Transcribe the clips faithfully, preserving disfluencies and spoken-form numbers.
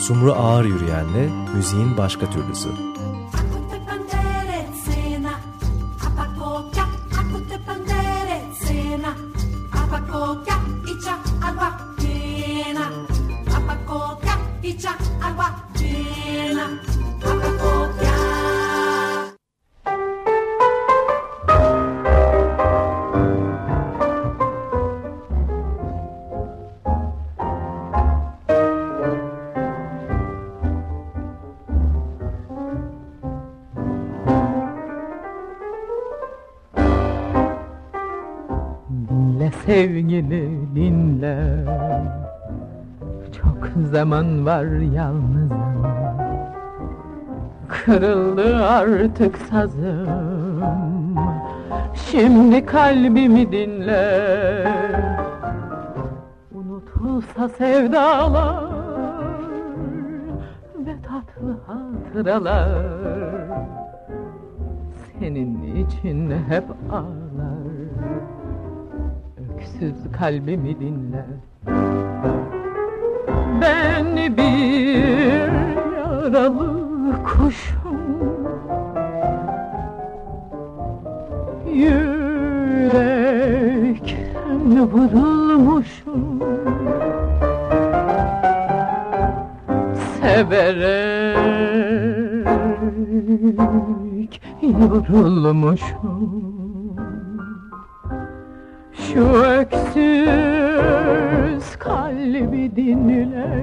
Sumru Ağır Yürüyen'le müziğin başka türlüsü. Sevgili dinle, çok zaman var yalnızım, kırıldı artık sazım, şimdi kalbimi dinle. Unutulsa sevdalar ve tatlı hatıralar, senin için hep ağlar. Öksüz kalbimi dinle. Ben bir yaralı kuşum, yürekten vurulmuşum, severek yorulmuşum. Şu öksüz kalbi dinle.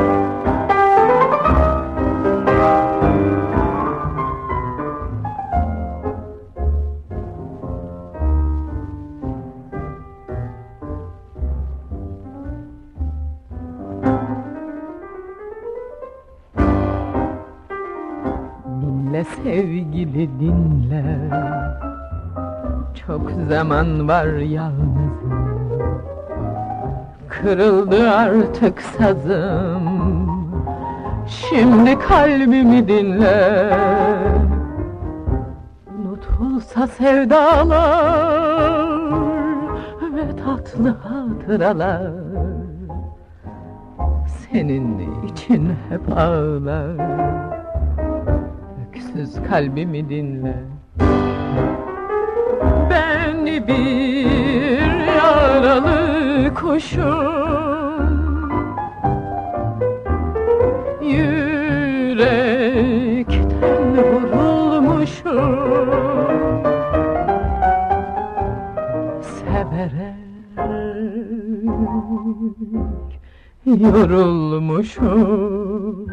Dinle sevgili dinle, çok zaman var yalnızım, kırıldı artık sazım, şimdi kalbimi dinle. Unutulsa sevdalar ve tatlı hatıralar, senin için hep ağlar. Öksüz kalbimi dinle. Ben bir yaralı kuşum, yürekten vurulmuşum, severek yorulmuşum.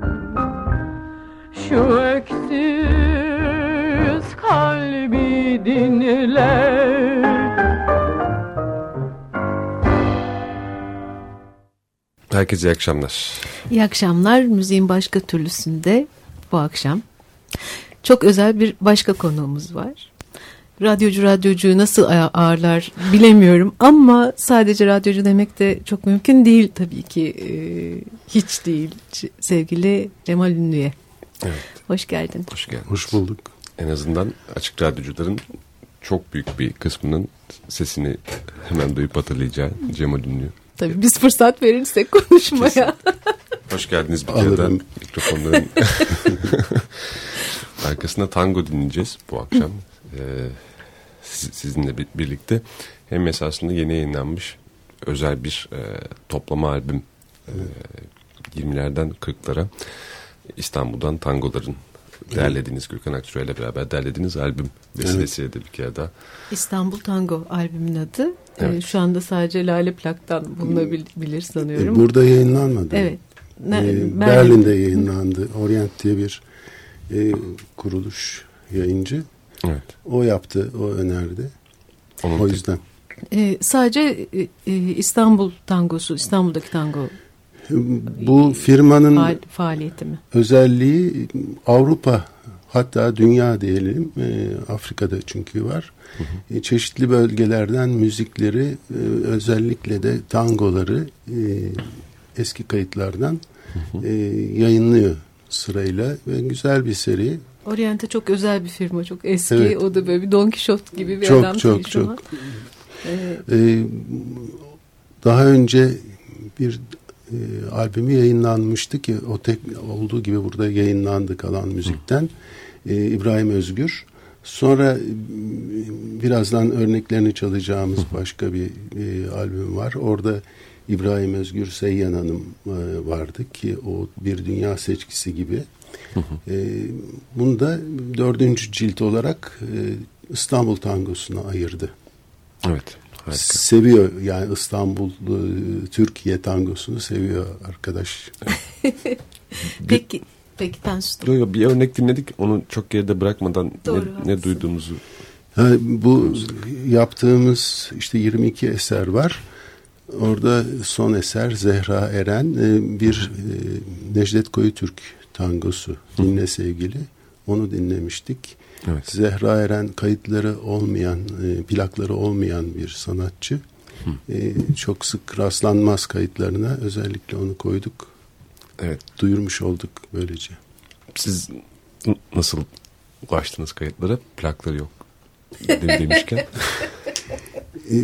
Şu öksüz kalbi dinle. Herkese iyi akşamlar. İyi akşamlar. Müziğin başka türlüsünde bu akşam çok özel bir başka konuğumuz var. Radyocu radyocuyu nasıl ağırlar bilemiyorum ama sadece radyocu demek de çok mümkün değil tabii ki. Ee, hiç değil. Sevgili Cemal Ünlü'ye. Evet. Hoş geldin. Hoş geldin. Hoş bulduk. En azından açık radyocuların çok büyük bir kısmının sesini hemen duyup hatırlayacağı Cemal Ünlü. Tabii biz fırsat verirsek konuşmaya. Kesin. Hoş geldiniz bir kere daha mikrofonların arkasında tango dinleyeceğiz bu akşam. Ee, siz, sizinle bir, birlikte hem esasında yeni yayınlanmış özel bir e, toplama albüm e, yirmilerden kırklara İstanbul'dan tangoların derlediğiniz, Gürkan Akçura ile beraber derlediğiniz albüm vesilesiyle de bir kere daha. İstanbul Tango albümün adı. Evet. Ee, şu anda sadece Lale Plak'tan bulunabilir sanıyorum. Burada yayınlanmadı. Evet. Ne, ee, Berlin'de yayınlandı. Orient diye bir e, kuruluş yayıncı. Evet. O yaptı, o önerdi. Onun o yüzden. Ee, sadece e, İstanbul tangosu, İstanbul'daki tango. Bu firmanın Faal, faaliyeti mi? Özelliği Avrupa, hatta dünya diyelim, e, Afrika'da çünkü var. Hı hı. E, çeşitli bölgelerden müzikleri, e, özellikle de tangoları e, eski kayıtlardan hı hı. E, yayınlıyor sırayla ve güzel bir seri. Orient'e çok özel bir firma, çok eski. Evet. O da böyle bir Don Quixote gibi bir çok, adam. Çok çok çok. Evet. Ee, daha önce bir e, e, albümü yayınlanmıştı ki o tek olduğu gibi burada yayınlandı kalan müzikten. E, İbrahim Özgür. Sonra e, birazdan örneklerini çalacağımız başka bir e, albüm var. Orada İbrahim Özgür, Seyyan Hanım e, vardı ki o bir dünya seçkisi gibi. e, bunu da dördüncü cilt olarak e, İstanbul Tangosu'na ayırdı. Evet. Harika. Seviyor yani İstanbul, Türkiye tangosunu seviyor arkadaş. Peki, peki ben sustum. Yo, yo, bir örnek dinledik, onu çok geride bırakmadan Doğru, ne, ne duyduğumuzu. Ha, bu yaptığımız işte yirmi iki eser var. Orada son eser Zehra Eren bir Necdet Koyutürk tangosu. Dinle sevgili. Onu dinlemiştik. Evet. Zehra Eren kayıtları olmayan, plakları olmayan bir sanatçı. E, çok sık rastlanmaz kayıtlarına. Özellikle onu koyduk. Evet. Duyurmuş olduk böylece. Siz n- nasıl ulaştınız kayıtlara? Plakları yok demişken. e,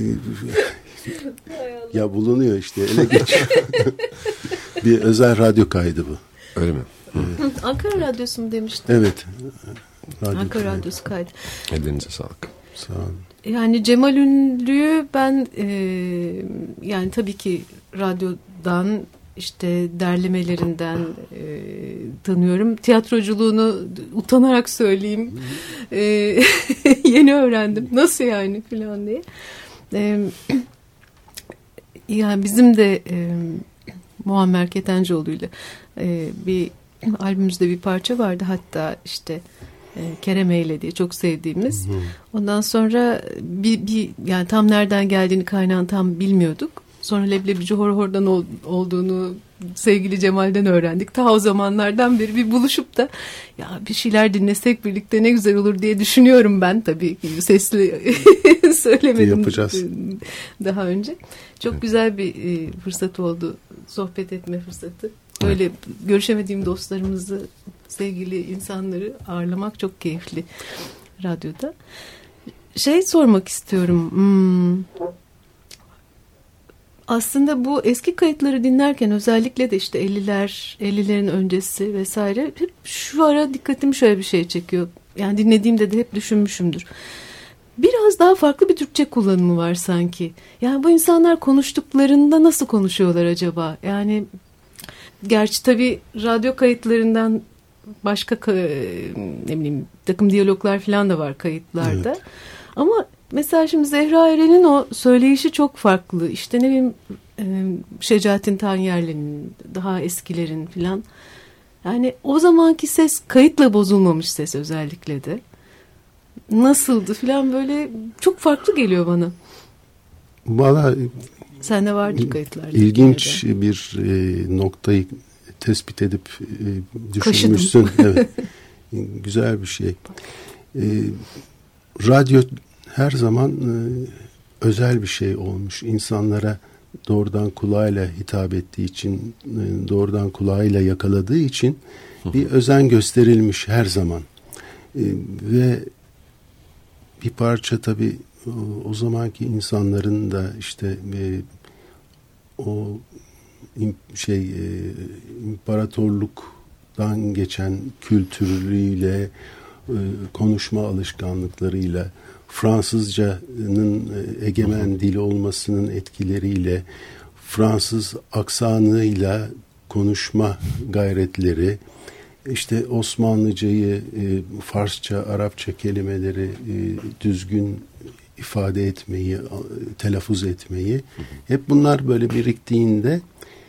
ya bulunuyor işte, ele geçiyor. Bir özel radyo kaydı bu. Öyle mi? Evet. Ankara Radyosu mu demiştin? Evet. Radyo Ankara kaydı. Radyosu kaydı. Ellerinize sağlık. Sağ olun. Yani Cemal Ünlü'yü ben e, yani tabii ki radyodan, işte derlemelerinden e, tanıyorum. Tiyatroculuğunu utanarak söyleyeyim. E, yeni öğrendim. Nasıl yani falan diye. E, yani bizim de e, Muammer Ketencoğlu'yla e, bir albümümüzde bir parça vardı. Hatta işte e, Keremeyle diye çok sevdiğimiz. Hı hı. Ondan sonra bir, bir yani tam nereden geldiğini, kaynağını tam bilmiyorduk. Sonra Leblebici Horhor'dan ol, olduğunu sevgili Cemal'den öğrendik. Ta o zamanlardan beri bir buluşup da ya bir şeyler dinlesek birlikte ne güzel olur diye düşünüyorum ben. Tabii sesli söylemedim. Yapacağız. Daha önce. Çok evet. Güzel bir e, fırsat oldu. Sohbet etme fırsatı. Böyle evet. Görüşemediğim dostlarımızı, sevgili insanları ağırlamak çok keyifli radyoda. Şey sormak istiyorum. Hmm. Aslında bu eski kayıtları dinlerken özellikle de işte elliler, ellilerin öncesi vesaire hep şu ara dikkatimi şöyle bir şey çekiyor. Yani dinlediğimde de hep düşünmüşümdür. Biraz daha farklı bir Türkçe kullanımı var sanki. Yani bu insanlar konuştuklarında nasıl konuşuyorlar acaba? Yani gerçi tabii radyo kayıtlarından başka ne bileyim takım diyaloglar falan da var kayıtlarda. Evet. Ama mesela şimdi Zehra Eren'in o söyleyişi çok farklı. İşte ne bileyim Şecaettin Tanyerli'nin, daha eskilerin filan. Yani o zamanki ses kayıtla bozulmamış ses özellikle de. Nasıldı filan, böyle çok farklı geliyor bana. Valla sende vardır kayıtlarda. İlginç bir e, noktayı tespit edip e, düşünmüşsün. Evet. Güzel bir şey. E, radyo her zaman e, özel bir şey olmuş. İnsanlara doğrudan kulağıyla hitap ettiği için, e, doğrudan kulağıyla yakaladığı için bir özen gösterilmiş her zaman. E, ve bir parça tabii o, o zamanki insanların da işte e, o im, şey e, imparatorluktan geçen kültürüyle, e, konuşma alışkanlıklarıyla, Fransızcanın egemen dil olmasının etkileriyle, Fransız aksanıyla konuşma gayretleri, işte Osmanlıcayı, e, Farsça, Arapça kelimeleri e, düzgün ifade etmeyi, telaffuz etmeyi, hep bunlar böyle biriktiğinde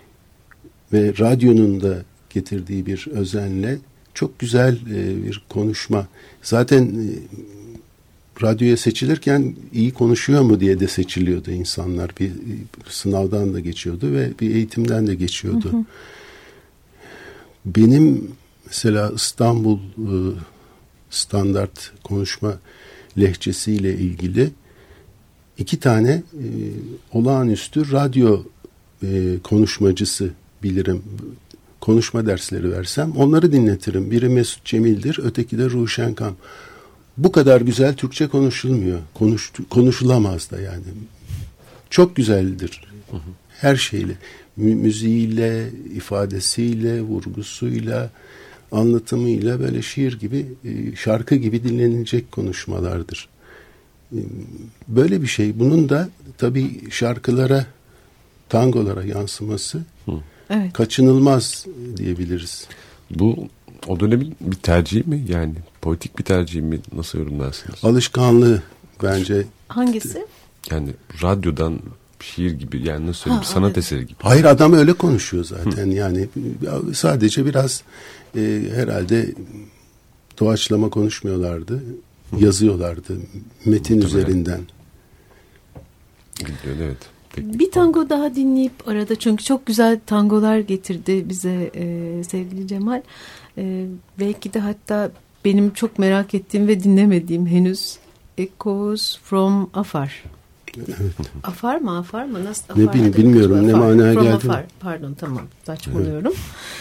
ve radyonun da getirdiği bir özenle çok güzel e, bir konuşma. Zaten e, radyoya seçilirken iyi konuşuyor mu diye de seçiliyordu insanlar. Bir, bir sınavdan da geçiyordu ve bir eğitimden de geçiyordu. Hı hı. Benim mesela İstanbul e, standart konuşma lehçesiyle ilgili iki tane e, olağanüstü radyo e, konuşmacısı bilirim. Konuşma dersleri versem onları dinletirim. Biri Mesut Cemil'dir, öteki de Ruşen Kam. Bu kadar güzel Türkçe konuşulmuyor. Konuş, konuşulamaz da yani. Çok güzeldir. Hı hı. her şeyle, mü- müziğiyle, ifadesiyle, vurgusuyla, anlatımıyla böyle şiir gibi, e, şarkı gibi dinlenilecek konuşmalardır. E, böyle bir şey. Bunun da tabii şarkılara, tangolara yansıması Hı. Evet. kaçınılmaz diyebiliriz. Bu o dönemin bir tercihi mi? Yani politik bir tercih mi? Nasıl yorumlarsınız? Alışkanlığı bence. Hangisi? Yani radyodan şiir gibi, yani nasıl söyleyeyim, Ha, sanat evet. eseri gibi. Hayır, adam öyle konuşuyor zaten. Yani sadece biraz e, herhalde doğaçlama konuşmuyorlardı. Yazıyorlardı metin Muhtemelen. üzerinden. Gidiyor, evet. Peki. Bir tango daha dinleyip arada, çünkü çok güzel tangolar getirdi bize e, sevgili Cemal. E, belki de hatta benim çok merak ettiğim ve dinlemediğim henüz Echoes from Afar. Afar mı afar mı? Nasıl afar? Ne bileyim, bilmiyorum ne manaya From geldi. Afar. Pardon, tamam, saçmalıyorum.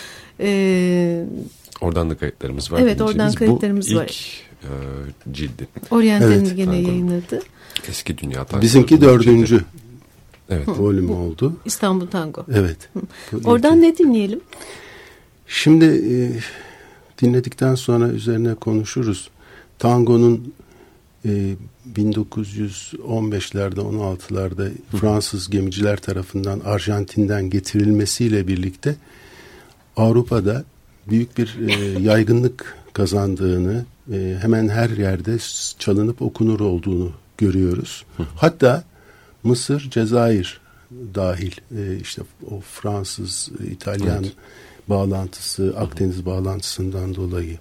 Ee, Oradan da kayıtlarımız var. Evet, oradan diyeceğiniz. kayıtlarımız Bu var. ilk e, cildi. Oriental'in Evet, gene tango. yayınladı. Eski Dünya Tango. Bizimki dördüncü Evet. volüm oldu. İstanbul Tango. Evet. Oradan ne dinleyelim? Şimdi e, dinledikten sonra üzerine konuşuruz. Tangonun e, bin dokuz yüz on beşlerde on altılarda Fransız gemiciler tarafından Arjantin'den getirilmesiyle birlikte Avrupa'da büyük bir e, yaygınlık kazandığını, e, hemen her yerde çalınıp okunur olduğunu görüyoruz. Hatta Mısır, Cezayir dahil, e, işte o Fransız, İtalyan Evet. bağlantısı, Akdeniz bağlantısından dolayı.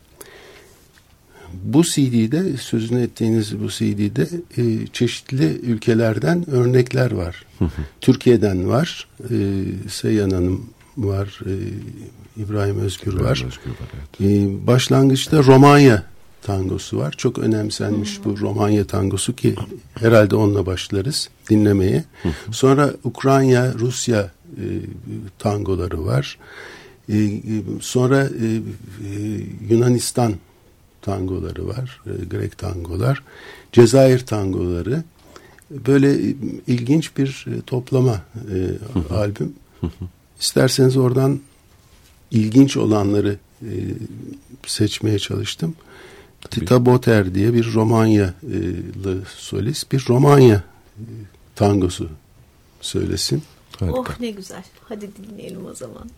Bu C D'de, sözünü ettiğiniz bu C D'de e, çeşitli ülkelerden örnekler var. Türkiye'den var, e, Seyhan Hanım var, e, İbrahim Özgür İbrahim var. Özgür var, evet. E, başlangıçta Romanya tangosu var. Çok önemsenmiş bu Romanya tangosu ki herhalde onunla başlarız dinlemeye. Sonra Ukrayna, Rusya e, tangoları var. E, sonra e, e, Yunanistan tangoları var, e, Grek tangolar, Cezayir tangoları. Böyle e, ilginç bir e, toplama e, albüm. İsterseniz oradan ilginç olanları e, seçmeye çalıştım. Tabii. Tita Boter diye bir Romanyalı solist bir Romanya e, tangosu söylesin. Harika. Oh, ne güzel. Hadi dinleyelim o zaman.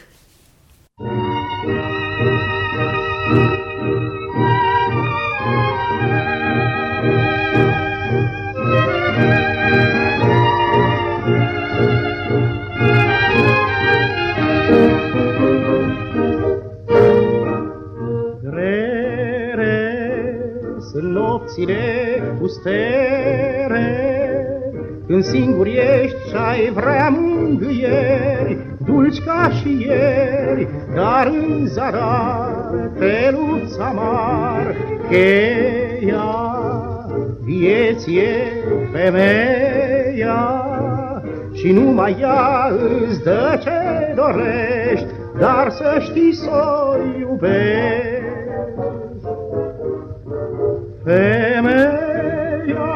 Sunt nopțile pustere, când singur ești și-ai vrea mângâieri, dulci ca și ieri, dar în zadar te lupți amar, cheia vieții e femeia, și numai ea îți dă ce dorești, dar să știi să-o iubești. Femeia,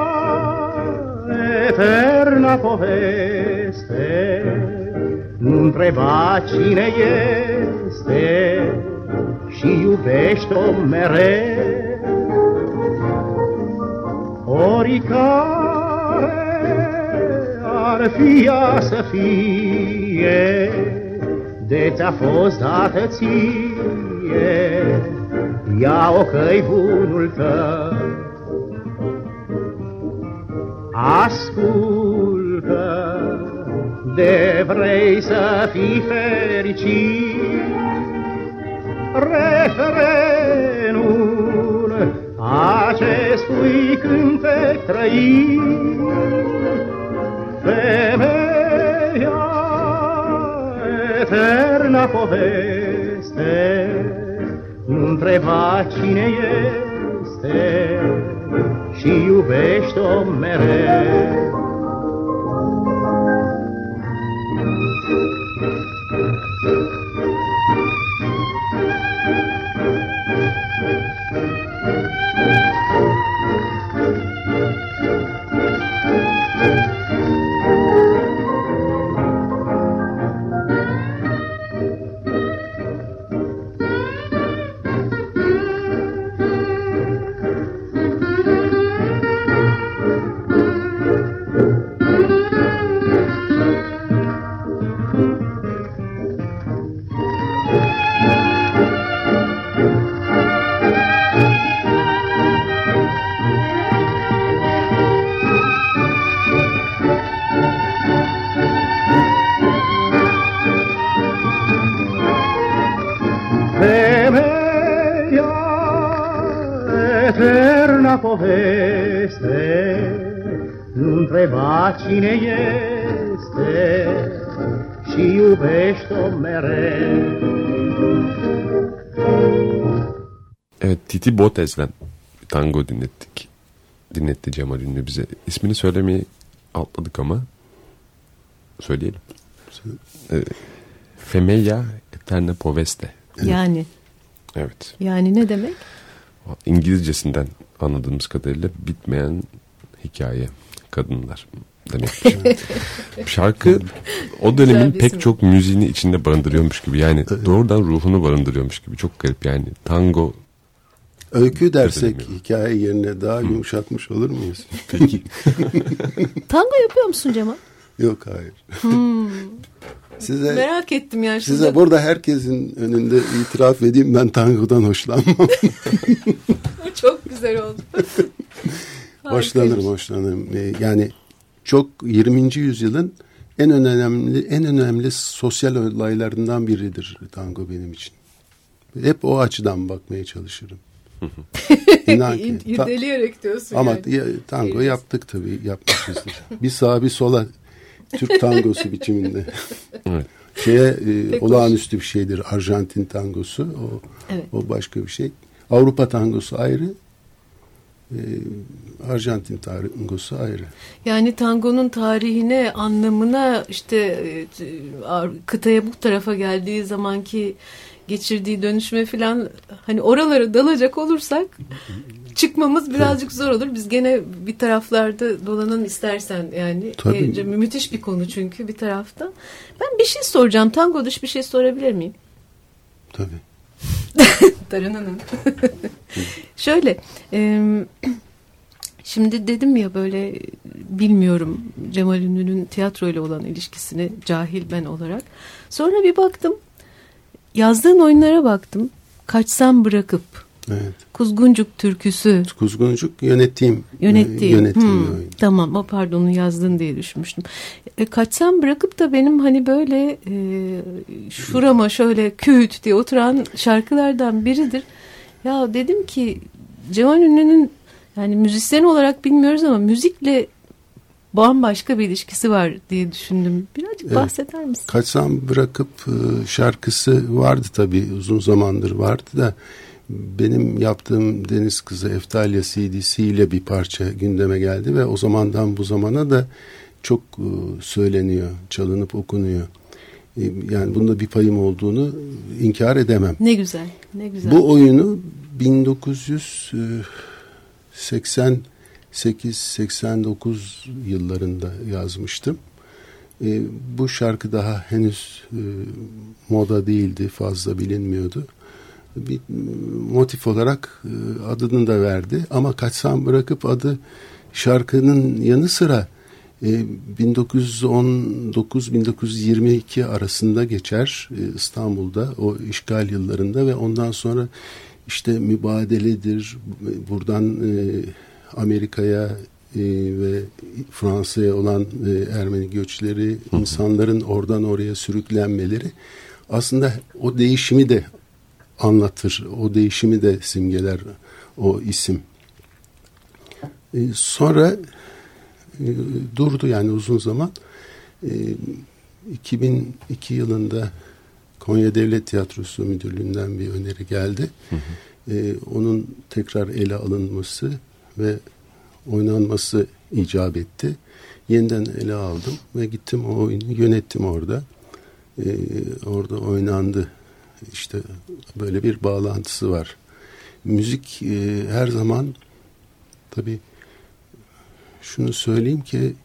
eterna poveste, nu întreba cine este și iubește-o mereu. Oricare ar fi ea să fie, de ți-a fost dată ție, ia-o că-i bunul tău. Ascultă, de vrei să fii fericit, refrenul acestui cântec trăit. Femeia, eterna poveste, nu întreba cine este și iubește-o mereu. eterna poveste, nu întreba cine este și iubește-o mereu. Evet, Titi Botez'den tango dinlettik. Dinletti Cemal Ünlü bize. İsmini söylemeyi atladık ama söyleyelim. E, Femeia Eterna Poveste. Yani. Evet. Yani ne demek? İngilizcesinden anladığımız kadarıyla bitmeyen hikaye, kadınlar demek. Şarkı o dönemin pek çok müziğini içinde barındırıyormuş gibi. Yani doğrudan ruhunu barındırıyormuş gibi. Çok garip yani. Tango. Öykü dersek hikaye yerine daha hmm. yumuşatmış olur muyuz? Peki. Tango yapıyor musun Cemal? Yok, hayır. Hmm. Size, merak ettim ya. Size şimdi... burada herkesin önünde itiraf edeyim, ben tangodan hoşlanmam. Çok güzel oldu. Hoşlanırım, hoşlanırım. Yani çok yirminci yüzyılın en önemli en önemli sosyal olaylarından biridir tango benim için. Hep o açıdan bakmaya çalışırım. İnan ki. İrdeleyerek diyorsun ama yani. Ama tango evet. yaptık tabii, yapmışızdır. Bir sağa bir sola Türk tangosu biçiminde. Evet. Şeye e, olağanüstü bir şeydir Arjantin tangosu. O, evet. o başka bir şey. Avrupa tangosu ayrı. E, Arjantin tangosu ayrı. Yani tangonun tarihine, anlamına, işte e, kıtaya bu tarafa geldiği zamanki geçirdiği dönüşme falan, hani oralara dalacak olursak çıkmamız birazcık zor olur. Biz gene bir taraflarda dolanalım istersen yani. E, müthiş bir konu çünkü bir tarafta. Ben bir şey soracağım. Tango dışı bir şey sorabilir miyim? Tabii. Darınanın. Şöyle e, şimdi dedim ya, böyle bilmiyorum Cemal Ünlü'nün tiyatro ile olan ilişkisini, cahil ben olarak. Sonra bir baktım. Yazdığın oyunlara baktım. Kaçsam Bırakıp. Evet. Kuzguncuk türküsü. Kuzguncuk yönettiğim. Yönettiğim. Yönettiğim hmm, tamam, o pardon, onu yazdın diye düşünmüştüm. E, Kaçsam Bırakıp da benim hani böyle e, şurama şöyle küt diye oturan şarkılardan biridir. Ya dedim ki Cemal Ünlü'nün, yani müzisyen olarak bilmiyoruz ama müzikle bambaşka bir ilişkisi var diye düşündüm. Birazcık evet. bahseder misin? Kaçsam Bırakıp şarkısı vardı tabii, uzun zamandır vardı da benim yaptığım Deniz Kızı Eftalya C D'si ile bir parça gündeme geldi ve o zamandan bu zamana da çok söyleniyor, çalınıp okunuyor. Yani bunda bir payım olduğunu inkar edemem. Ne güzel, ne güzel. Bu oyunu bin dokuz yüz seksen sekiz seksen dokuz yıllarında yazmıştım. E, bu şarkı daha henüz e, moda değildi, fazla bilinmiyordu. Bir motif olarak e, adını da verdi. Ama Kaçsam Bırakıp adı şarkının yanı sıra e, bin dokuz yüz on dokuz bin dokuz yüz yirmi iki arasında geçer e, İstanbul'da, o işgal yıllarında ve ondan sonra işte mübadeledir, buradan e, Amerika'ya e, ve Fransa'ya olan e, Ermeni göçleri, hı hı. insanların oradan oraya sürüklenmeleri aslında o değişimi de anlatır. O değişimi de simgeler o isim. E, sonra e, durdu yani uzun zaman. E, iki bin iki yılında Konya Devlet Tiyatrosu Müdürlüğü'nden bir öneri geldi. Hı hı. E, onun tekrar ele alınması ve oynanması icap etti. Yeniden ele aldım ve gittim, o oyunu yönettim orada. Ee, orada oynandı. İşte böyle bir bağlantısı var. Müzik e, her zaman, tabii şunu söyleyeyim ki,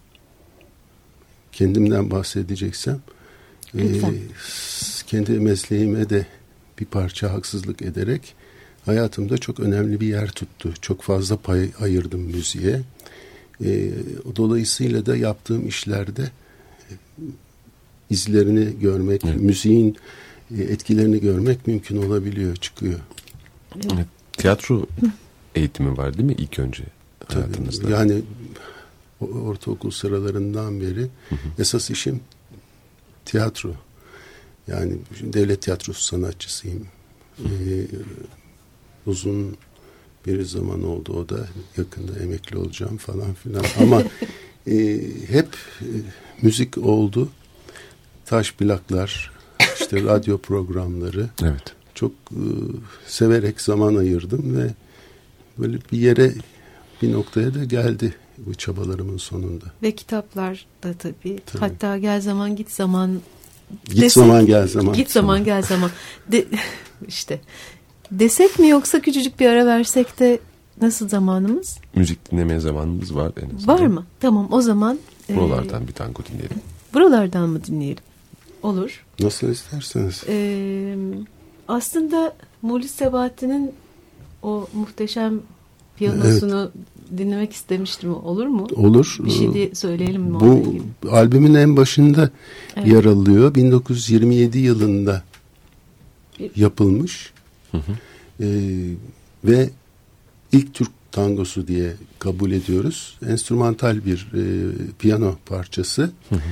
kendimden bahsedeceksem e, kendi mesleğime de bir parça haksızlık ederek hayatımda çok önemli bir yer tuttu. Çok fazla pay ayırdım müziğe. E, dolayısıyla da yaptığım işlerde e, izlerini görmek, evet. müziğin e, etkilerini görmek mümkün olabiliyor, çıkıyor. Evet. Tiyatro eğitimi var değil mi ilk önce hayatınızda? Tabii, yani ortaokul sıralarından beri hı hı. esas işim tiyatro. Yani devlet tiyatrosu sanatçısıyım. Ee, uzun bir zaman oldu, o da yakında emekli olacağım falan filan. Ama e, hep e, müzik oldu. Taş plaklar, işte radyo programları. Evet. Çok e, severek zaman ayırdım ve böyle bir yere, bir noktaya da geldi bu çabalarımın sonunda. Ve kitaplar da tabii. Tabii. Hatta gel zaman git zaman. Git desek, zaman gel zaman. Git zaman gel zaman. De, işte desek mi yoksa küçücük bir ara versek de nasıl zamanımız? Müzik dinlemeye zamanımız var en azından. Var mı? Tamam, o zaman. Buralardan e, bir tango dinleyelim. Buralardan mı dinleyelim? Olur. Nasıl isterseniz. Ee, aslında Muhlis Sebahattin'in o muhteşem piyanosunu evet. dinlemek istemiştim. Olur mu? Olur. Bir şey de söyleyelim mi? Bu albümün en başında evet. yer alıyor. bin dokuz yüz yirmi yedi yılında yapılmış. Hı hı. Ee, ve ilk Türk tangosu diye kabul ediyoruz. Enstrümantal bir e, piyano parçası. Hı hı.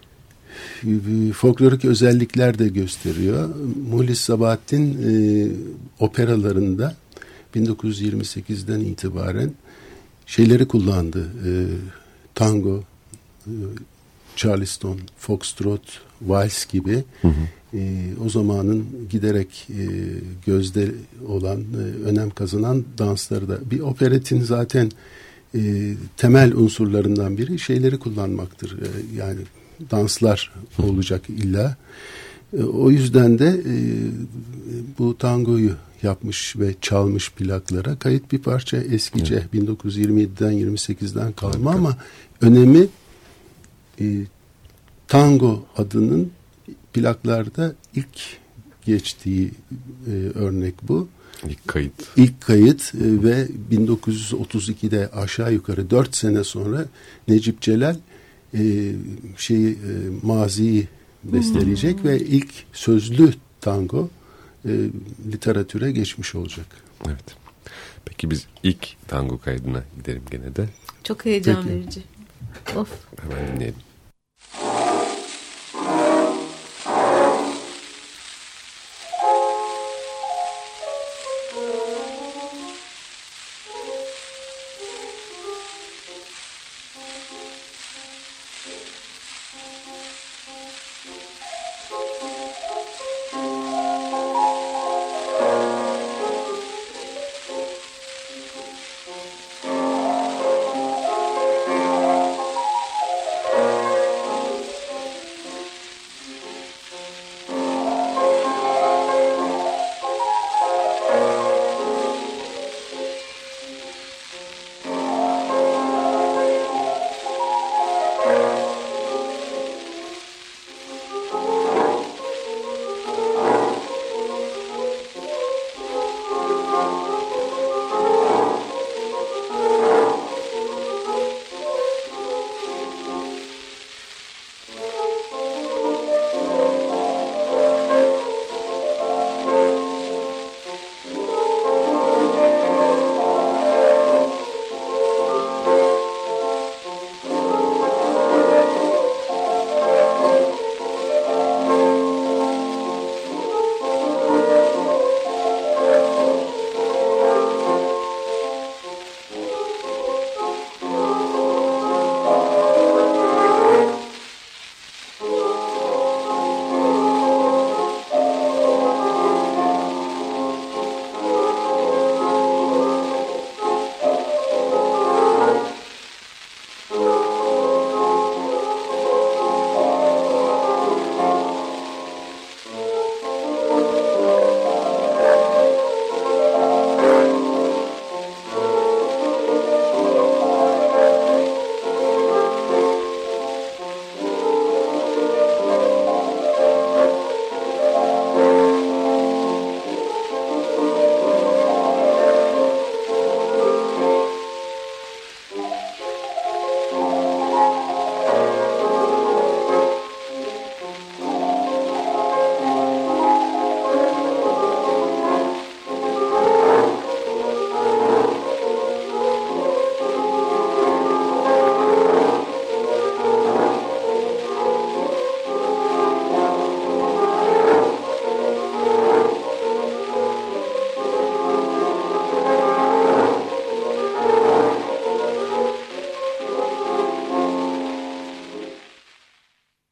Folklorik özellikler de gösteriyor. Muhlis Sabahattin e, operalarında bin dokuz yüz yirmi sekizden itibaren şeyleri kullandı. E, tango, e, Charleston, Foxtrot, Vals gibi hı hı. E, o zamanın giderek e, gözde olan, e, önem kazanan dansları da. Bir operetin zaten e, temel unsurlarından biri şeyleri kullanmaktır. E, yani danslar olacak illa. E, o yüzden de e, bu tangoyu yapmış ve çalmış plaklara kayıt bir parça eskice. Evet. bin dokuz yüz yirmi yediden yirmi sekizden kalma. Harika. Ama önemi e, tango adının plaklarda ilk geçtiği e, örnek bu. İlk kayıt. İlk kayıt e, ve bin dokuz yüz otuz ikide aşağı yukarı dört sene sonra Necip Celal e, şeyi e, maziyi besteleyecek hmm. ve ilk sözlü tango e, literatüre geçmiş olacak. Evet. Peki biz ilk tango kaydına gidelim gene de. Çok heyecan Peki. verici. Of. Hemen dinleyelim. Thank you.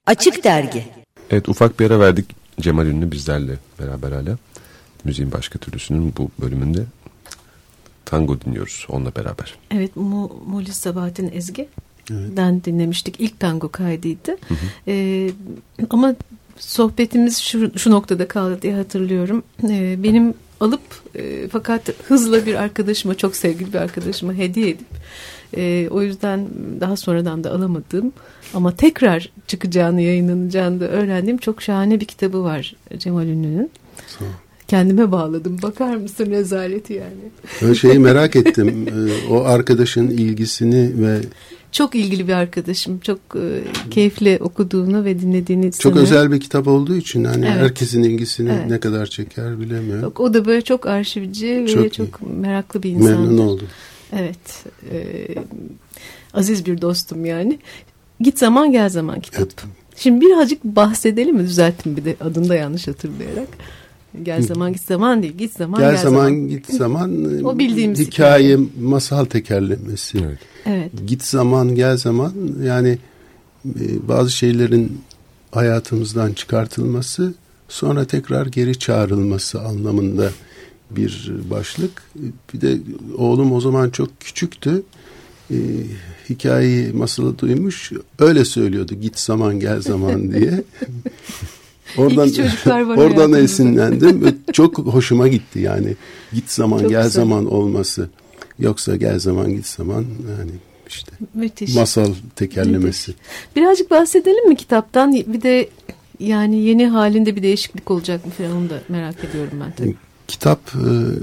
Açık Dergi. Evet, ufak bir ara verdik. Cemal Ünlü bizlerle beraber hala. Müziğin başka türlüsünün bu bölümünde tango dinliyoruz onunla beraber. Evet, Mu Mulis Sabahattin Ezgi'den evet. dinlemiştik. İlk tango kaydıydı. Hı hı. Ee, ama sohbetimiz şu, şu noktada kaldı diye hatırlıyorum. Ee, benim alıp e, fakat hızla bir arkadaşıma, çok sevgili bir arkadaşıma hediye edip e, o yüzden daha sonradan da alamadığım ama tekrar çıkacağını, yayınlanacağını da öğrendiğim çok şahane bir kitabı var Cemal Ünlü'nün. Kendime bağladım. Bakar mısın rezaleti yani. Ben şeyi merak ettim. O arkadaşın ilgisini ve... Çok ilgili bir arkadaşım. Çok e, keyifle okuduğunu ve dinlediğini Çok sanırım. Özel bir kitap olduğu için hani evet. herkesin ilgisini evet. ne kadar çeker bilemiyorum. O da böyle çok arşivci çok ve çok iyi. Meraklı bir insandır. Memnun oldum. Evet. E, aziz bir dostum yani. Git Zaman Gel Zaman kitap. Evet. Şimdi birazcık bahsedelim mi? Düzelttim bir de adını da yanlış hatırlayarak. Gel zaman git zaman değil. Git zaman gel, gel zaman. zaman git zaman. O bildiğimiz hikaye, hikaye, masal tekerlemesi. Evet. Evet. Git zaman gel zaman yani bazı şeylerin hayatımızdan çıkartılması sonra tekrar geri çağrılması anlamında bir başlık. Bir de oğlum o zaman çok küçüktü. Ee, hikayeyi, masalı duymuş. Öyle söylüyordu git zaman gel zaman diye. Oradan oradan esinlendim. Çok hoşuma gitti yani. Git zaman çok gel güzel. Zaman olması. Yoksa gel zaman git zaman yani işte. Müthiş. Masal tekerlemesi. Müthiş. Birazcık bahsedelim mi kitaptan? Bir de yani yeni halinde bir değişiklik olacak mı falan onu da merak ediyorum ben tabii. Kitap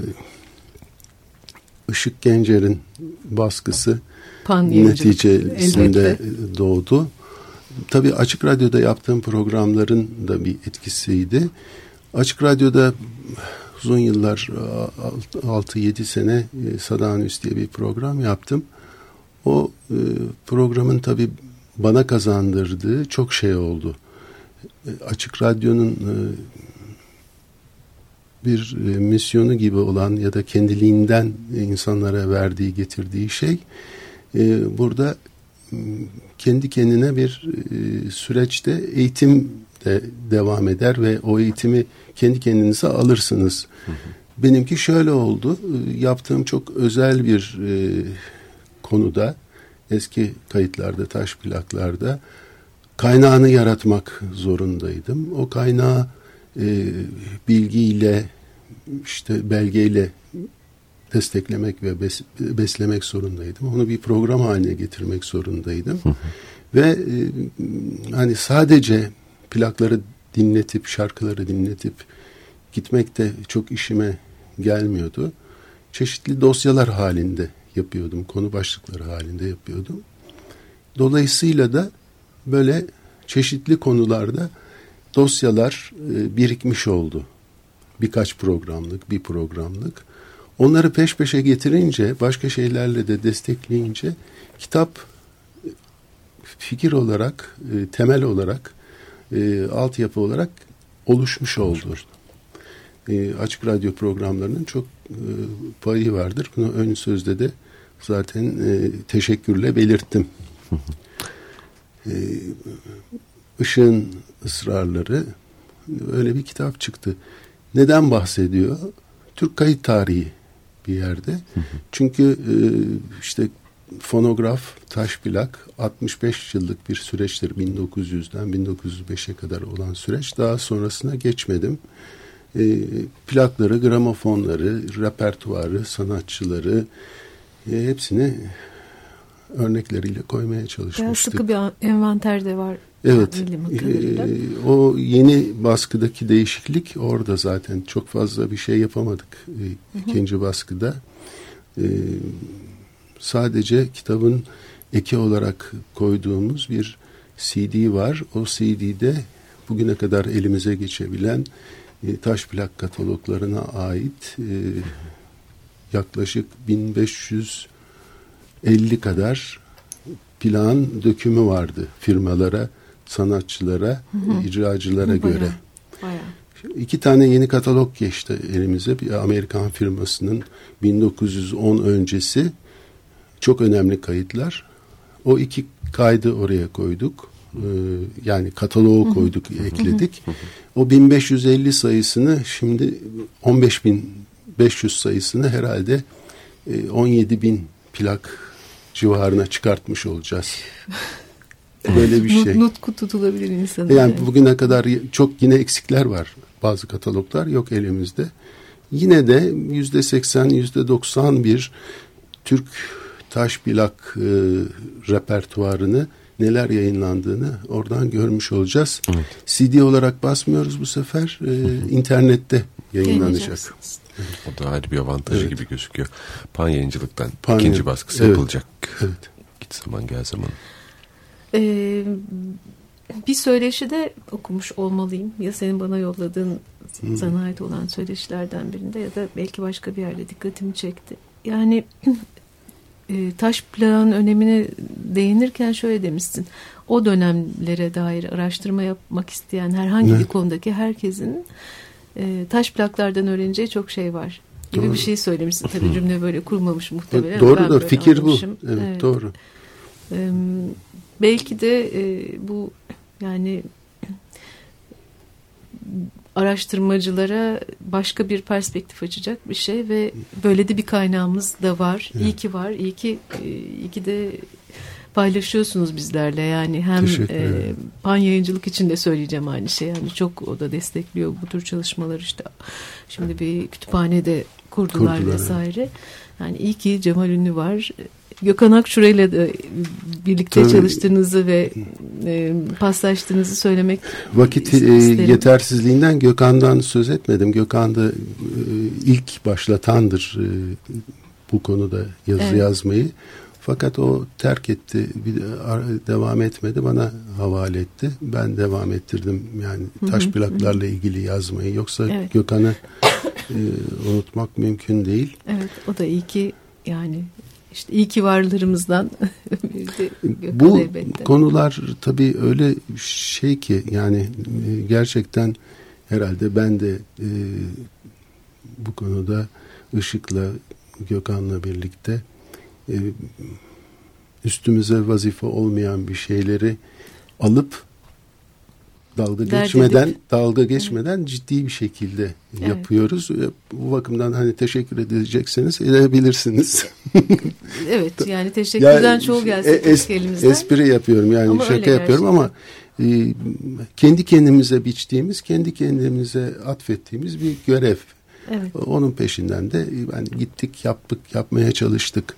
Işık Gencer'in baskısı Pan neticesinde doğdu. Tabii Açık Radyo'da yaptığım programların da bir etkisiydi. Açık Radyo'da uzun yıllar altı yedi sene Sadanüs diye bir program yaptım. O programın tabii bana kazandırdığı çok şey oldu. Açık Radyo'nun bir misyonu gibi olan ya da kendiliğinden insanlara verdiği, getirdiği şey burada kendi kendine bir e, süreçte eğitim de devam eder ve o eğitimi kendi kendinize alırsınız. Hı hı. Benimki şöyle oldu. E, yaptığım çok özel bir e, konuda eski kayıtlarda, taş plaklarda kaynağını yaratmak zorundaydım. O kaynağı e, bilgiyle, işte belgeyle desteklemek ve bes, beslemek zorundaydım. Onu bir program haline getirmek zorundaydım. Hı hı. Ve e, hani sadece plakları dinletip, şarkıları dinletip gitmek de çok işime gelmiyordu. Çeşitli dosyalar halinde yapıyordum. Konu başlıkları halinde yapıyordum. Dolayısıyla da böyle çeşitli konularda dosyalar e, birikmiş oldu. Birkaç programlık, bir programlık. Onları peş peşe getirince, başka şeylerle de destekleyince kitap fikir olarak, temel olarak, altyapı olarak oluşmuş oldu. Açık Radyo programlarının çok payı vardır. Bunu ön sözde de zaten teşekkürle belirttim. Işığın ısrarları öyle bir kitap çıktı. Neden bahsediyor? Türk kayıt tarihi bir yerde. Hı hı. Çünkü e, işte fonograf, taş plak altmış beş yıllık bir süreçtir. bin dokuz yüzden bin dokuz yüz beşe kadar olan süreç. Daha sonrasına geçmedim. E, plakları, gramofonları, repertuarı, sanatçıları e, hepsini örnekleriyle koymaya çalışmıştık. Biraz sıkı bir envanter de var. Evet. E, o yeni baskıdaki değişiklik orada zaten çok fazla bir şey yapamadık. E, ikinci baskıda. E, sadece kitabın eki olarak koyduğumuz bir C D var. O C D'de bugüne kadar elimize geçebilen e, taş plak kataloglarına ait e, yaklaşık bin beş yüz elli kadar plan dökümü vardı firmalara, sanatçılara, hı hı. icracılara hı, göre. Bayağı. İki tane yeni katalog geçti elimize. Bir Amerikan firmasının bin dokuz yüz on öncesi çok önemli kayıtlar. O iki kaydı oraya koyduk. E, yani kataloğu koyduk, ekledik. O bin beş yüz elli sayısını şimdi on beş bin beş yüz sayısını herhalde e, on yedi bin plak civarına çıkartmış olacağız. Böyle bir şey. Nutku tutulabilir insanın. Yani bugüne kadar çok yine eksikler var. Bazı kataloglar yok elimizde. Yine de yüzde seksen, yüzde doksan bir Türk taş plak e, repertuarını, neler yayınlandığını oradan görmüş olacağız. Evet. C D olarak basmıyoruz bu sefer. E, internette yayınlanacak. O da ayrı bir avantajı evet. gibi gözüküyor. Pan Yayıncılık'tan Pan ikinci baskısı evet. yapılacak. Evet. Git zaman gel zaman. Ee, bir söyleşi de okumuş olmalıyım. Ya senin bana yolladığın hmm. sana ait olan söyleşilerden birinde ya da belki başka bir yerde dikkatimi çekti. Yani e, taş plağın önemine değinirken şöyle demişsin. O dönemlere dair araştırma yapmak isteyen herhangi ne? bir konudaki herkesin e, taş plaklardan öğreneceği çok şey var gibi doğru. bir şey söylemişsin. Tabii cümle böyle kurmamış muhtemelen. Doğrudur. Fikir bu. Evet, evet. Doğru. Ee, belki de e, bu yani araştırmacılara başka bir perspektif açacak bir şey ve böyle de bir kaynağımız da var. Evet. İyi ki var. İyi ki iyi ki de paylaşıyorsunuz bizlerle. Yani hem e, Pan Yayıncılık için de söyleyeceğim aynı şey. Yani çok o da destekliyor bu tür çalışmalar işte. Şimdi bir kütüphane kurdular, kurdular vesaire. Evet. Yani iyi ki Cemal Ünlü var. Gökhan Akçura ile de birlikte tabii, çalıştığınızı ve e, paslaştığınızı söylemek vakit e, yetersizliğinden Gökhan'dan söz etmedim. Gökhan da e, ilk başlatandır e, bu konuda yazı evet. yazmayı. Fakat o terk etti, bir de devam etmedi, bana havale etti. Ben devam ettirdim yani taş plaklarla ilgili yazmayı. Yoksa evet. Gökhan'ı e, unutmak mümkün değil. Evet, o da iyi ki yani işte iyi ki varlarımızdan. Bu elbette. Konular tabii öyle şey ki yani gerçekten herhalde ben de e, bu konuda Işık'la, Gökhan'la birlikte e, üstümüze vazife olmayan bir şeyleri alıp dalga Dert geçmeden edip. dalga geçmeden evet. ciddi bir şekilde evet. yapıyoruz. Bu bakımdan hani teşekkür edecekseniz edebilirsiniz. Evet yani teşekkürden yani, çoğu gelsin es, elimizden. Espri yapıyorum yani ama şaka yapıyorum ama e, kendi kendimize biçtiğimiz, kendi kendimize atfettiğimiz bir görev. Evet. Onun peşinden de ben gittik, yaptık, yapmaya çalıştık.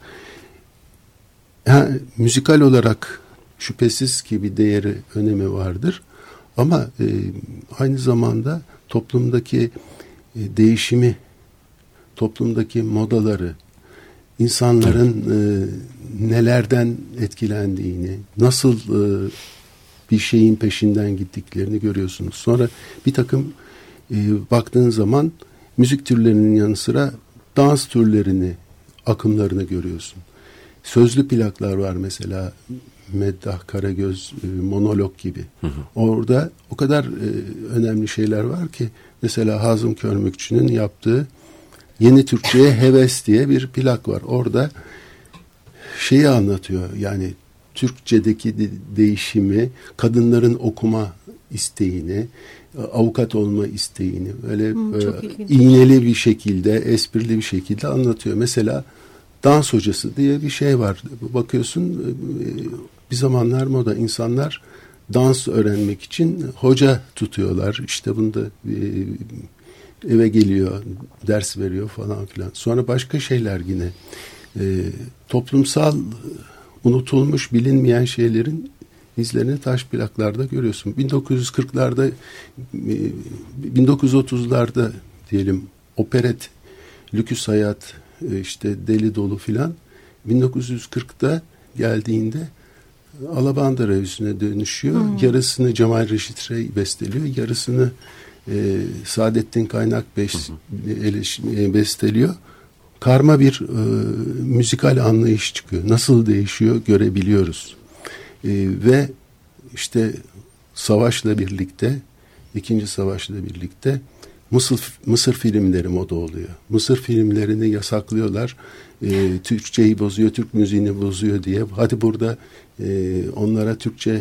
Ha, müzikal olarak şüphesiz ki bir değeri, önemi vardır. Ama e, aynı zamanda toplumdaki e, değişimi, toplumdaki modaları, insanların e, nelerden etkilendiğini, nasıl e, bir şeyin peşinden gittiklerini görüyorsunuz. Sonra bir takım e, baktığın zaman müzik türlerinin yanı sıra dans türlerini, akımlarını görüyorsun. Sözlü plaklar var mesela. Meddah, Karagöz, e, monolog gibi. Hı hı. Orada o kadar e, önemli şeyler var ki mesela Hazım Körmükçü'nün yaptığı Yeni Türkçe'ye Heves diye bir plak var. Orada şeyi anlatıyor yani Türkçedeki de, değişimi, kadınların okuma isteğini, avukat olma isteğini böyle Hı, e, iğneli bir şekilde, esprili bir şekilde anlatıyor. Mesela dans hocası diye bir şey var. Bakıyorsun bir zamanlar moda insanlar dans öğrenmek için hoca tutuyorlar. İşte bunda eve geliyor, ders veriyor falan filan. Sonra başka şeyler yine toplumsal unutulmuş, bilinmeyen şeylerin izlerini taş plaklarda görüyorsun. bin dokuz yüz kırklarda bin dokuz yüz otuzlarda diyelim operet, lüküs hayat, işte deli dolu filan bin dokuz yüz kırkta geldiğinde Alabanda Revüsü'ne dönüşüyor. Hmm. Yarısını Cemal Reşit Rey besteliyor. Yarısını e, Saadettin Kaynak beş, e, besteliyor. Karma bir e, müzikal anlayış çıkıyor. Nasıl değişiyor görebiliyoruz. E, ve işte savaşla birlikte, ikinci savaşla birlikte Mısır, Mısır filmleri moda oluyor. Mısır filmlerini yasaklıyorlar. E, Türkçeyi bozuyor, Türk müziğini bozuyor diye. Hadi burada e, onlara Türkçe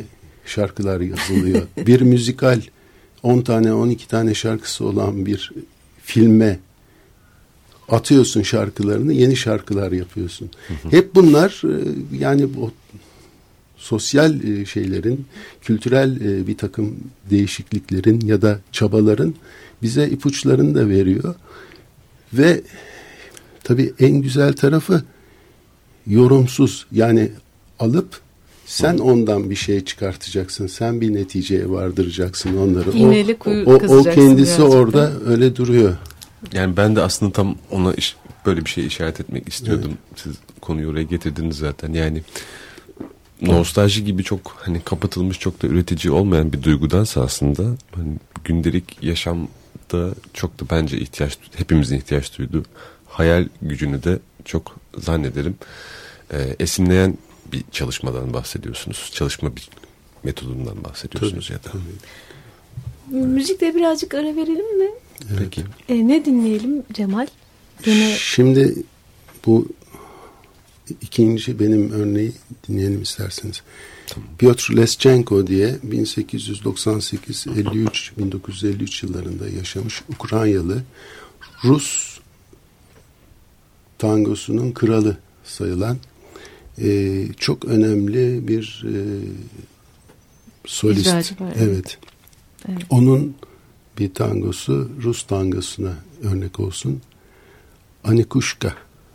şarkılar yazılıyor. Bir müzikal on tane on iki tane şarkısı olan bir filme atıyorsun şarkılarını, yeni şarkılar yapıyorsun. Hı hı. Hep bunlar yani bu sosyal şeylerin, kültürel bir takım değişikliklerin ya da çabaların bize ipuçlarını da veriyor. Ve tabii en güzel tarafı yorumsuz, yani alıp sen ondan bir şey çıkartacaksın. Sen bir neticeye vardıracaksın onları. İğneyle kuyu o, o, o kendisi birazcık orada da öyle duruyor. Yani ben de aslında tam ona iş, böyle bir şey işaret etmek istiyordum. Evet. Siz konuyu oraya getirdiniz zaten. Yani nostalji gibi çok hani kapatılmış, çok da üretici olmayan bir duygudansa aslında hani gündelik yaşamda çok da bence ihtiyaç, hepimizin ihtiyaç duyduğu hayal gücünü de çok zannederim e, esinleyen bir çalışmadan bahsediyorsunuz. Çalışma bir metodundan bahsediyorsunuz tabii, ya da. Tabii. Müzikle birazcık ara verelim mi? Evet. Peki. E, ne dinleyelim Cemal? Gene... Şimdi bu ikinci benim örneği dinleyelim isterseniz. Tamam. Piotr Leschenko diye bin sekiz yüz doksan sekiz elli üç bin dokuz yüz elli üç yıllarında yaşamış Ukraynalı Rus tangosunun kralı sayılan e, çok önemli bir e, solist. Var, evet. evet. Onun bir tangosu Rus tangosuna örnek olsun. Anikuşka.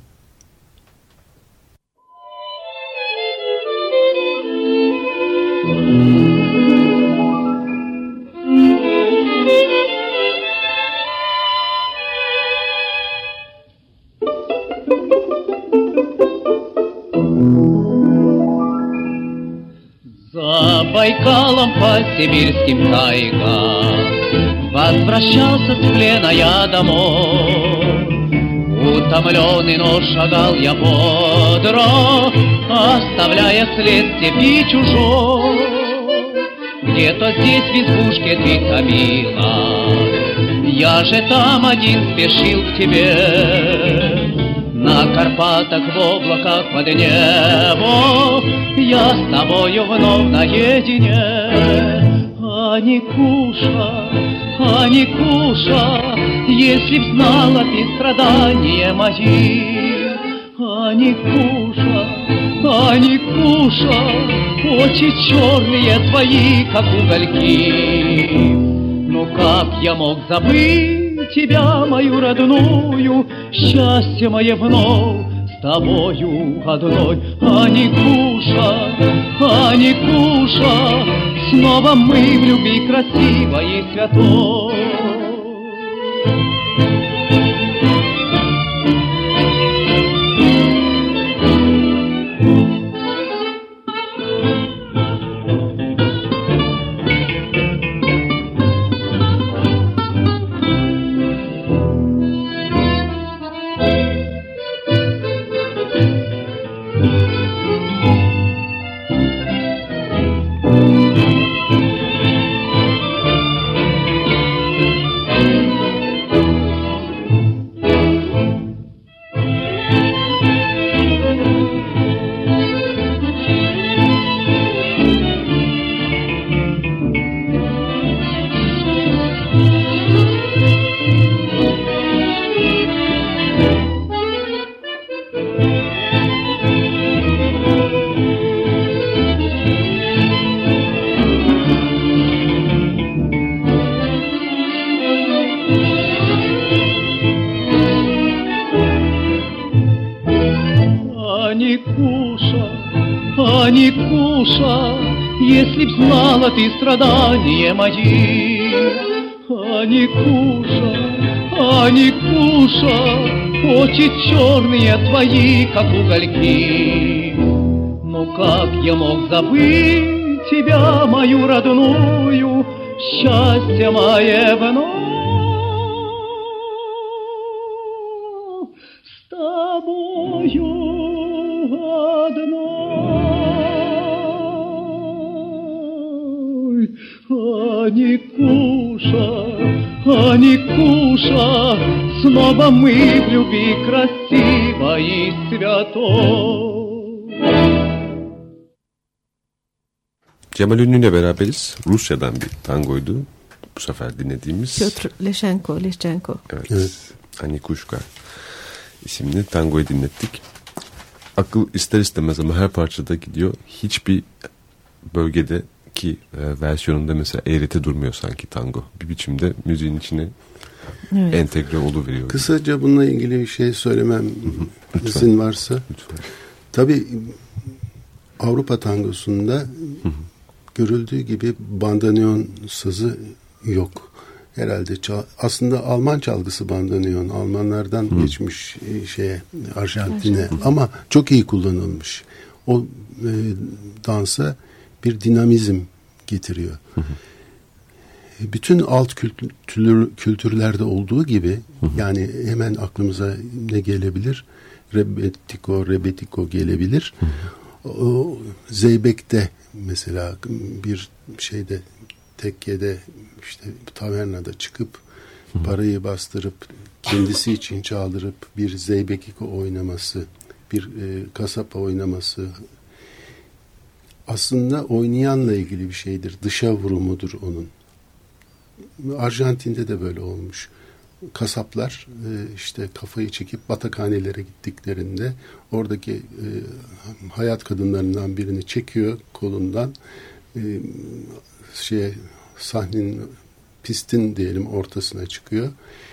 За Байкалом по сибирским тайгам возвращался с плена я домой. Утомленный, но шагал я бодро, оставляя след степи чужой. Где-то здесь в избушке ты томилась, я же там один спешил к тебе. На Карпатах в облаках под небо я с тобою вновь наедине. Аникуша, Аникуша, если б знала ты страдания мои. Аникуша, Аникуша, очи черные твои, как угольки. Ну как я мог забыть тебя, мою родную, счастье мое вновь с тобою одной. Аникуша, Аникуша, снова мы в любви красивой и святой. Аникуша, если б знала ты страдания мои. Аникуша, Аникуша, очи черные твои, как угольки. Ну как я мог забыть тебя, мою родную, счастье мое вновь с тобою одной. Аникуша, Аникуша, снова мы в любви красивой и святой. Cemal Ünlü ile beraberiz. Rusya'dan bir tangoydu bu sefer dinlediğimiz. Piotr Leşenko, Leşenko. Evet. evet. Anikuşka isimli tangoyu dinlettik. Akıl ister istemez ama her parçada gidiyor. Hiçbir bölgedeki e, versiyonunda mesela eğreti durmuyor sanki tango. Bir biçimde müziğin içine evet. entegre oluveriyor. Kısaca bununla ilgili bir şey söylemem izin varsa. Lütfen. Tabii Avrupa tangosunda hı hı. görüldüğü gibi bandoneon sazı yok. Herhalde çal- aslında Alman çalgısı bandoneon. Almanlardan hı. geçmiş şeye Arjantin'e ama çok iyi kullanılmış. O e, dansa bir dinamizm getiriyor. Hı hı. Bütün alt kültür, kültürlerde olduğu gibi hı hı. yani hemen aklımıza ne gelebilir? Rebetiko, rebetiko gelebilir. Hı hı. O Zeybek'te mesela bir şeyde tekkede işte tavernada çıkıp hı hı. parayı bastırıp kendisi için çaldırıp bir zeybekiko oynaması, bir e, kasapa oynaması aslında oynayanla ilgili bir şeydir. Dışa vurumudur onun. Arjantin'de de böyle olmuş. Kasaplar e, işte kafayı çekip batakhanelere gittiklerinde oradaki e, hayat kadınlarından birini çekiyor kolundan e, şeye sahnenin pistin diyelim ortasına çıkıyor.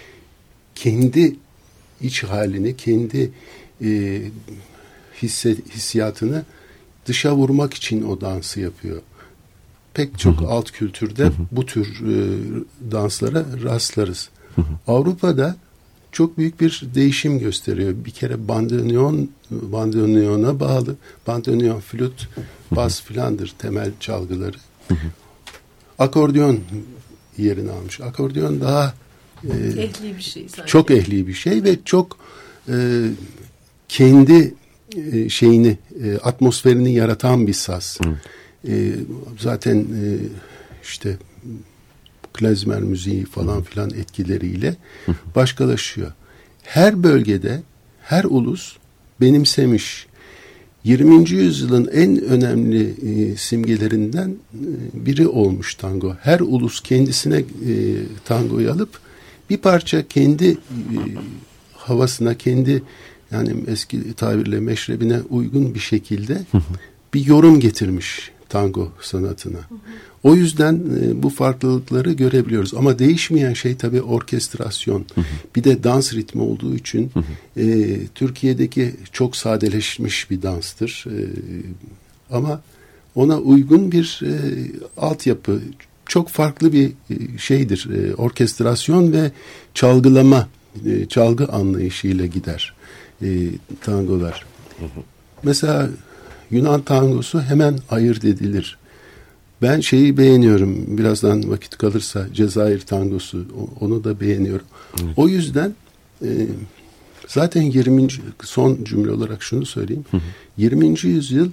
Kendi iç halini, kendi e, hisse, hissiyatını dışa vurmak için o dansı yapıyor. Pek çok hı hı. alt kültürde hı hı. bu tür e, danslara rastlarız. Hı hı. Avrupa'da çok büyük bir değişim gösteriyor. Bir kere bandoneon, bandoneona bağlı. Bandoneon, flüt, bas filandır temel çalgıları. Hı hı. Akordeon yerini almış. Akordeon daha e, ehli bir şey sanki. Çok ehli bir şey ve çok e, kendi e, şeyini, e, atmosferini yaratan bir saz. Hı. E, zaten e, işte klezmer müziği falan filan etkileriyle hı. başkalaşıyor. Her bölgede, her ulus benimsemiş. yirminci yüzyılın en önemli e, simgelerinden e, biri olmuş tango. Her ulus kendisine e, tangoyu alıp bir parça kendi e, havasına, kendi yani eski tabirle meşrebine uygun bir şekilde hı hı. bir yorum getirmiş tango sanatına. Hı hı. O yüzden e, bu farklılıkları görebiliyoruz. Ama değişmeyen şey tabii orkestrasyon. Hı hı. Bir de dans ritmi olduğu için hı hı. E, Türkiye'deki çok sadeleşmiş bir danstır. E, ama ona uygun bir e, altyapı, çok farklı bir e, şeydir. E, orkestrasyon ve çalgılama, e, çalgı anlayışıyla gider e, tangolar. Hı hı. Mesela Yunan tangosu hemen ayırt edilir. Ben şeyi beğeniyorum. Birazdan vakit kalırsa Cezayir tangosu. Onu da beğeniyorum. Evet. O yüzden e, zaten yirminci son cümle olarak şunu söyleyeyim. Hı hı. yirminci yüzyıl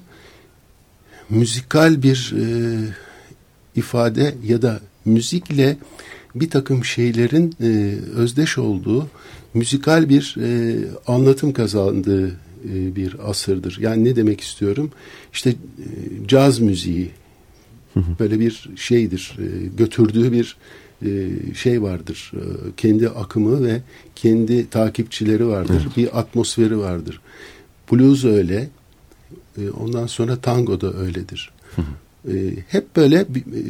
müzikal bir e, ifade ya da müzikle bir takım şeylerin e, özdeş olduğu müzikal bir e, anlatım kazandığı e, bir asırdır. Yani ne demek istiyorum? İşte e, caz müziği böyle bir şeydir, götürdüğü bir şey vardır. Kendi akımı ve kendi takipçileri vardır. Evet. Bir atmosferi vardır. Blues öyle. Ondan sonra tango da öyledir. Hı hı. Hep böyle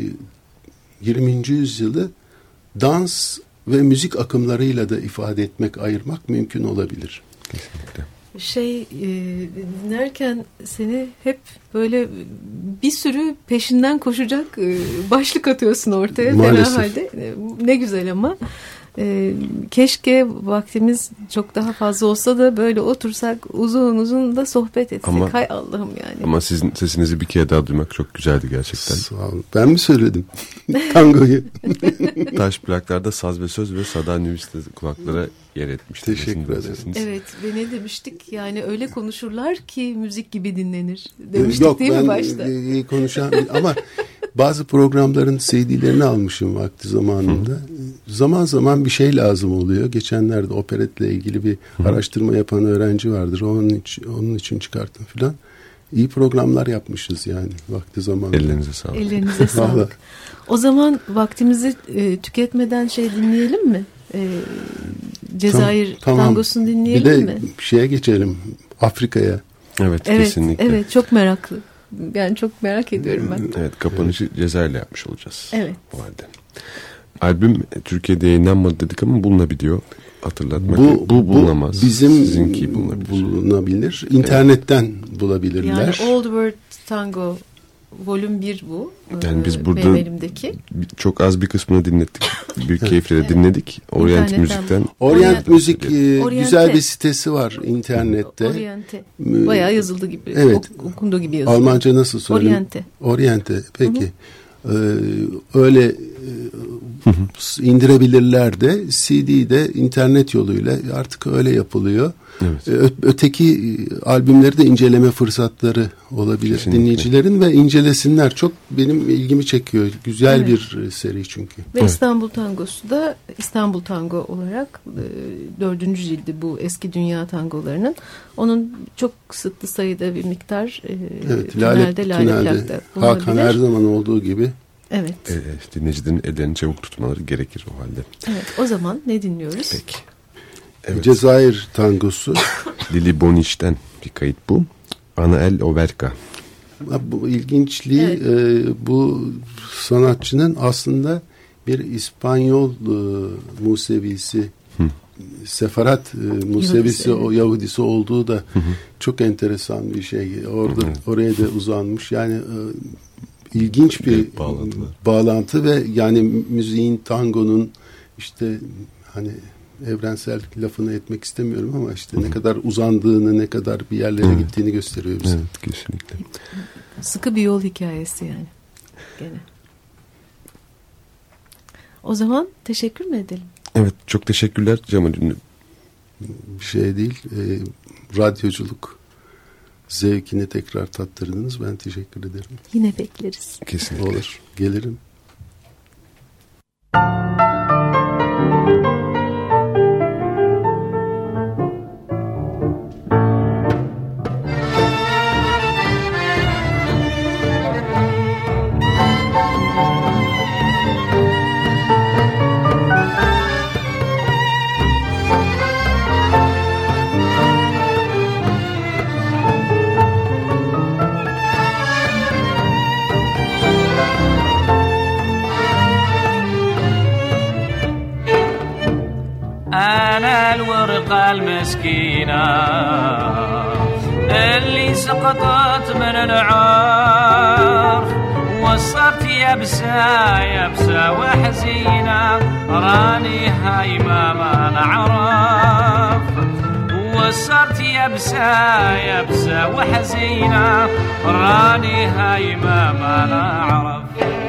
yirminci yüzyılı dans ve müzik akımlarıyla da ifade etmek, ayırmak mümkün olabilir. Kesinlikle. Şey e, dinlerken seni hep böyle bir sürü peşinden koşacak e, başlık atıyorsun ortaya. Maalesef. Fena halde. E, ne güzel ama e, keşke vaktimiz çok daha fazla olsa da böyle otursak uzun uzun da sohbet etsek. Ama, hay Allah'ım yani. Ama sizin sesinizi bir kere daha duymak çok güzeldi gerçekten. Sağ olun. Ben mi söyledim tangoyu? Taş plaklarda saz ve söz ve Sada Nüvis'te kulaklara yer etmişti. Teşekkür ederim. Evet ve ne demiştik? Yani öyle konuşurlar ki müzik gibi dinlenir demiştik. Yok, değil mi başta? Yok ben konuşan ama bazı programların C D'lerini almışım vakti zamanında. Hı. Zaman zaman bir şey lazım oluyor. Geçenlerde operetle ilgili bir Hı. araştırma yapan öğrenci vardır. Onun için, onun için çıkarttım filan. İyi programlar yapmışız yani vakti zamanında. Ellerinize sağlık. Ellerinize sağlık. O zaman vaktimizi e, tüketmeden şey dinleyelim mi? E, Cezayir tamam, tangosunu dinleyelim bir de mi? Bir şeye geçelim. Afrika'ya. Evet, Evet, kesinlikle. evet, çok meraklı. Yani çok merak ediyorum ben. Evet, kapanışı Cezayir'le yapmış olacağız. Evet. O halde. Albüm Türkiye'de yayınlanmadı dedik ama bulunabiliyor. Hatırlatmak. Bu, bu bulunamaz. Bizim Sizinki bulunabilir. bulunabilir. İnternetten evet. bulabilirler. Yani Old World Tango Volüm bir bu. Yani biz burada benim elimdeki. Çok az bir kısmını dinlettik. Büyük keyifle de dinledik. Orient İnternetten. Müzik'ten. Orient, Orient Müzik e, Oriente. güzel bir sitesi var internette. Oriente. Bayağı yazıldı gibi. Evet. Okunduğu gibi yazıldı. Almanca nasıl söyleyeyim? Oriente. Oriente. Peki. Hı hı. Ee, öyle e, indirebilirler de C D'de internet yoluyla artık öyle yapılıyor. Evet. Ö- öteki albümleri de inceleme fırsatları olabilir Kesinlikle. dinleyicilerin ve incelesinler. Çok benim ilgimi çekiyor. Güzel Evet. bir seri çünkü. Ve evet. İstanbul Tangosu da İstanbul Tango olarak e, dördüncü cildi bu eski dünya tangolarının. Onun çok kısıtlı sayıda bir miktar e, evet, tünelde, Lale, Lale Plak'ta bulunabilir. Hakan her zaman olduğu gibi. Evet. E, dinleyicilerin ellerini çabuk tutmaları gerekir o halde. Evet, o zaman ne dinliyoruz? Peki. Evet. Cezayir tangosu. Lili Boniş'ten bir kayıt bu. Ana El Overka. Bu ilginçliği evet. e, bu sanatçının aslında bir İspanyol e, Musevisi, Hı. Sefarat e, Musevisi, o Yahudisi olduğu da hı hı. çok enteresan bir şey. Orada hı. oraya da uzanmış. Yani e, ilginç bir evet, bağlantı ve yani müziğin, tangonun işte hani evrensel lafını etmek istemiyorum ama işte Hı. ne kadar uzandığını, ne kadar bir yerlere evet. gittiğini gösteriyor bize. Evet, kesinlikle. Sıkı bir yol hikayesi yani. Gene. O zaman teşekkür mü edelim? Evet, çok teşekkürler Cemal Ünlü. Bir şey değil. E, radyoculuk zevkini tekrar tattırdınız. Ben teşekkür ederim. Yine bekleriz. Kesinlikle. Olur. Gelirim. المسكينة اللي سقطت من العرف وصرت يبسة يبسة وحزينة راني هايمة ما نعرف وصرت يبسة يبسة وحزينة راني هايمة ما نعرف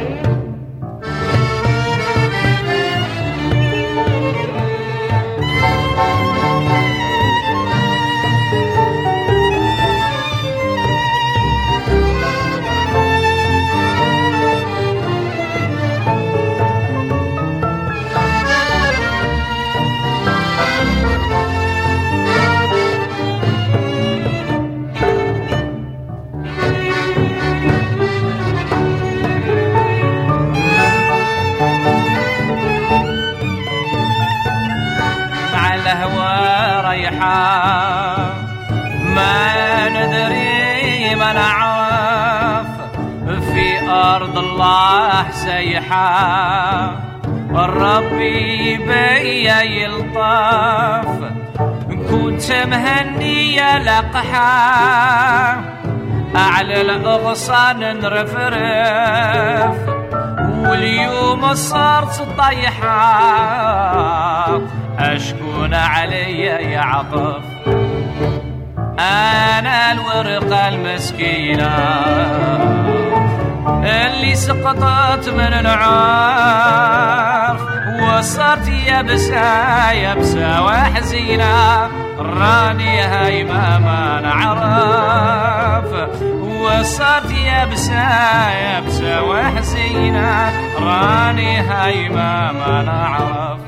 ما ندري ما نعرف في أرض الله سيحة ربي بيا يلطف كنت مهنية لقحة أعلى الأغصان نرفرف واليوم صارت طيحة أشكون علي يعطف أنا الورقة المسكينة اللي سقطت من العرف وصرت يبسة يبسة وحزينة راني هايمة ما نعرف وصرت يبسة يبسة وحزينة راني هايمة ما نعرف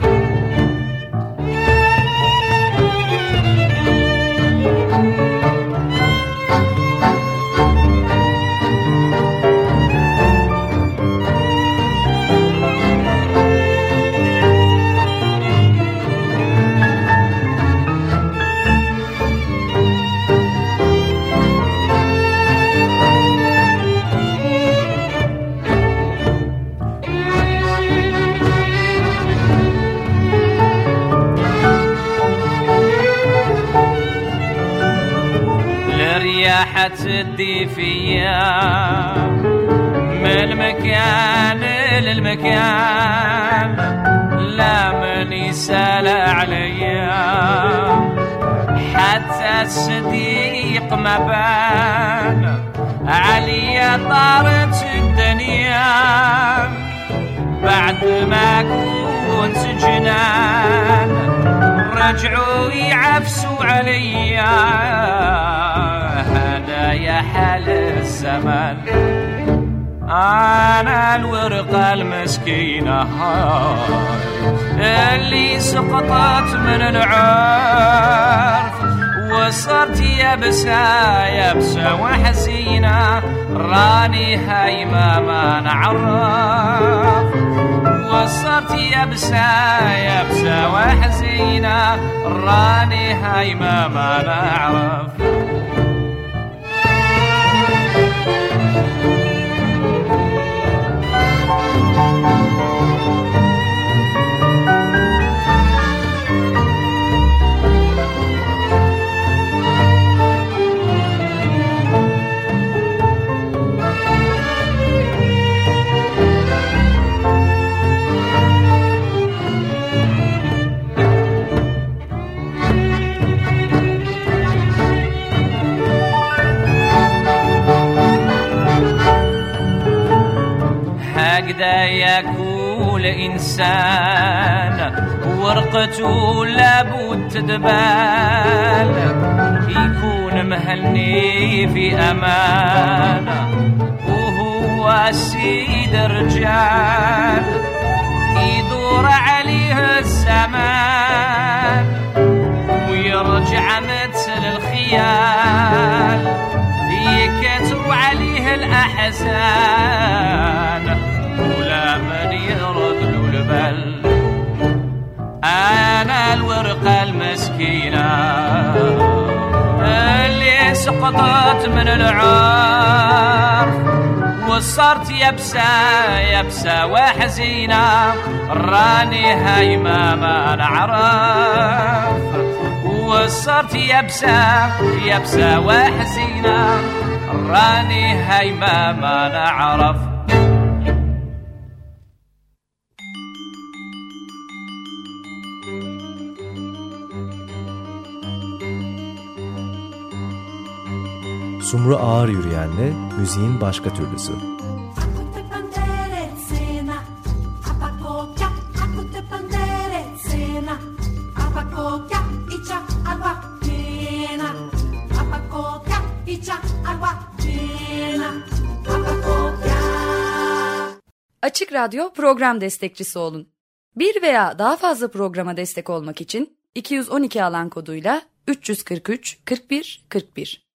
حتدي فيا من مكان للمكان لا من يسال عليا حتى الصديق ما بان عليا طارت الدنيا بعد ما كنت جنان رجعوا يعفسوا عليا هذا يا حال الزمان أنا الورقة المسكينة اللي سقطت من العرف وصرت يابسة يابسة وحزينة راني هايمة ما نعرف وصرت يابسة يابسة وحزينة راني هايمة ما نعرف هكذا يكون إنسان ورقته لابد تدبال يكون مهني في أمان وهو سيد الرجال يدور عليه الزمان ويرجع مثل الخيال يكتر عليه الأحزان ولا من يرد له البال أنا الورقة المسكينة اللي سقطت من العرف وصرت يبسة يبسة وحزينة راني هايمة ما نعرف وصرت يبسة يبسة وحزينة راني هايمة ما نعرف Sumru Ağır Yürüyen'le müziğin başka türlüsü. Açık Radyo program destekçisi olun. Bir veya daha fazla programa destek olmak için iki yüz on iki alan koduyla üç yüz kırk üç kırk bir kırk bir